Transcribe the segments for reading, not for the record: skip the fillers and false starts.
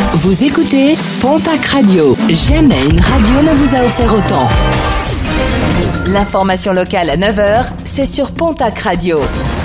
Vous écoutez Pontac Radio. Jamais une radio ne vous a offert autant. L'information locale à 9h, c'est sur Pontac Radio.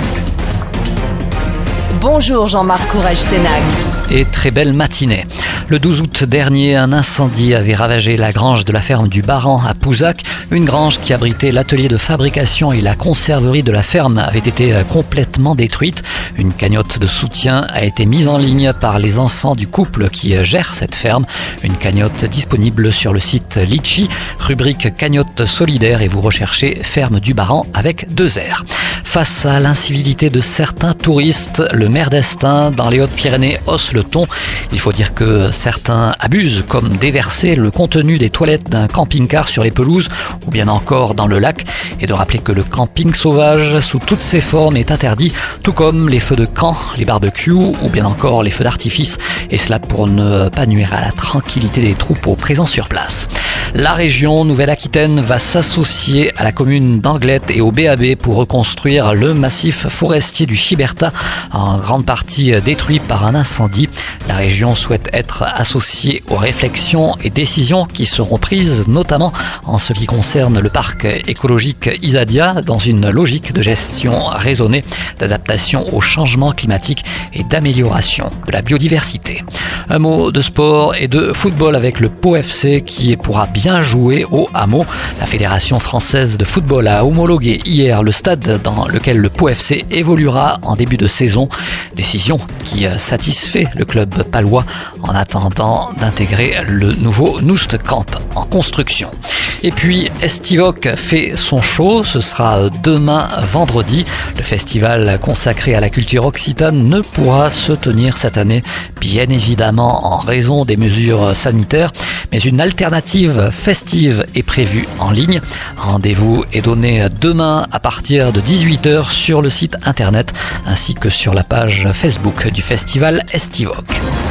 Bonjour Jean-Marc Courage-Sénac. Et très belle matinée. Le 12 août dernier, un incendie avait ravagé la grange de la ferme du Baran à Pouzac. Une grange qui abritait l'atelier de fabrication et la conserverie de la ferme avait été complètement détruite. Une cagnotte de soutien a été mise en ligne par les enfants du couple qui gère cette ferme. Une cagnotte disponible sur le site Litchi, rubrique cagnotte solidaire, et vous recherchez ferme du Baran avec 2 R. Face à l'incivilité de certains touristes, le maire d'Estaing, dans les Hautes-Pyrénées, hausse le ton. Il faut dire que certains abusent, comme déverser le contenu des toilettes d'un camping-car sur les pelouses ou bien encore dans le lac, et de rappeler que le camping sauvage sous toutes ses formes est interdit, tout comme les feux de camp, les barbecues ou bien encore les feux d'artifice, et cela pour ne pas nuire à la tranquillité des troupeaux présents sur place. La région Nouvelle-Aquitaine va s'associer à la commune d'Anglet et au BAB pour reconstruire le massif forestier du Chiberta, en grande partie détruit par un incendie. La région souhaite être associée aux réflexions et décisions qui seront prises, notamment en ce qui concerne le parc écologique Isadia, dans une logique de gestion raisonnée, d'adaptation au changement climatique et d'amélioration de la biodiversité. Un mot de sport et de football avec le Pau FC qui pourra bien jouer au Hameau. La Fédération française de football a homologué hier le stade dans lequel le Pau FC évoluera en début de saison. Décision qui satisfait le club palois en attendant d'intégrer le nouveau Noust Camp en construction. Et puis Estivoc fait son show, ce sera demain vendredi. Le festival consacré à la culture occitane ne pourra se tenir cette année, bien évidemment en raison des mesures sanitaires, mais une alternative festive est prévue en ligne. Rendez-vous est donné demain à partir de 18h sur le site internet ainsi que sur la page Facebook du festival Estivoc.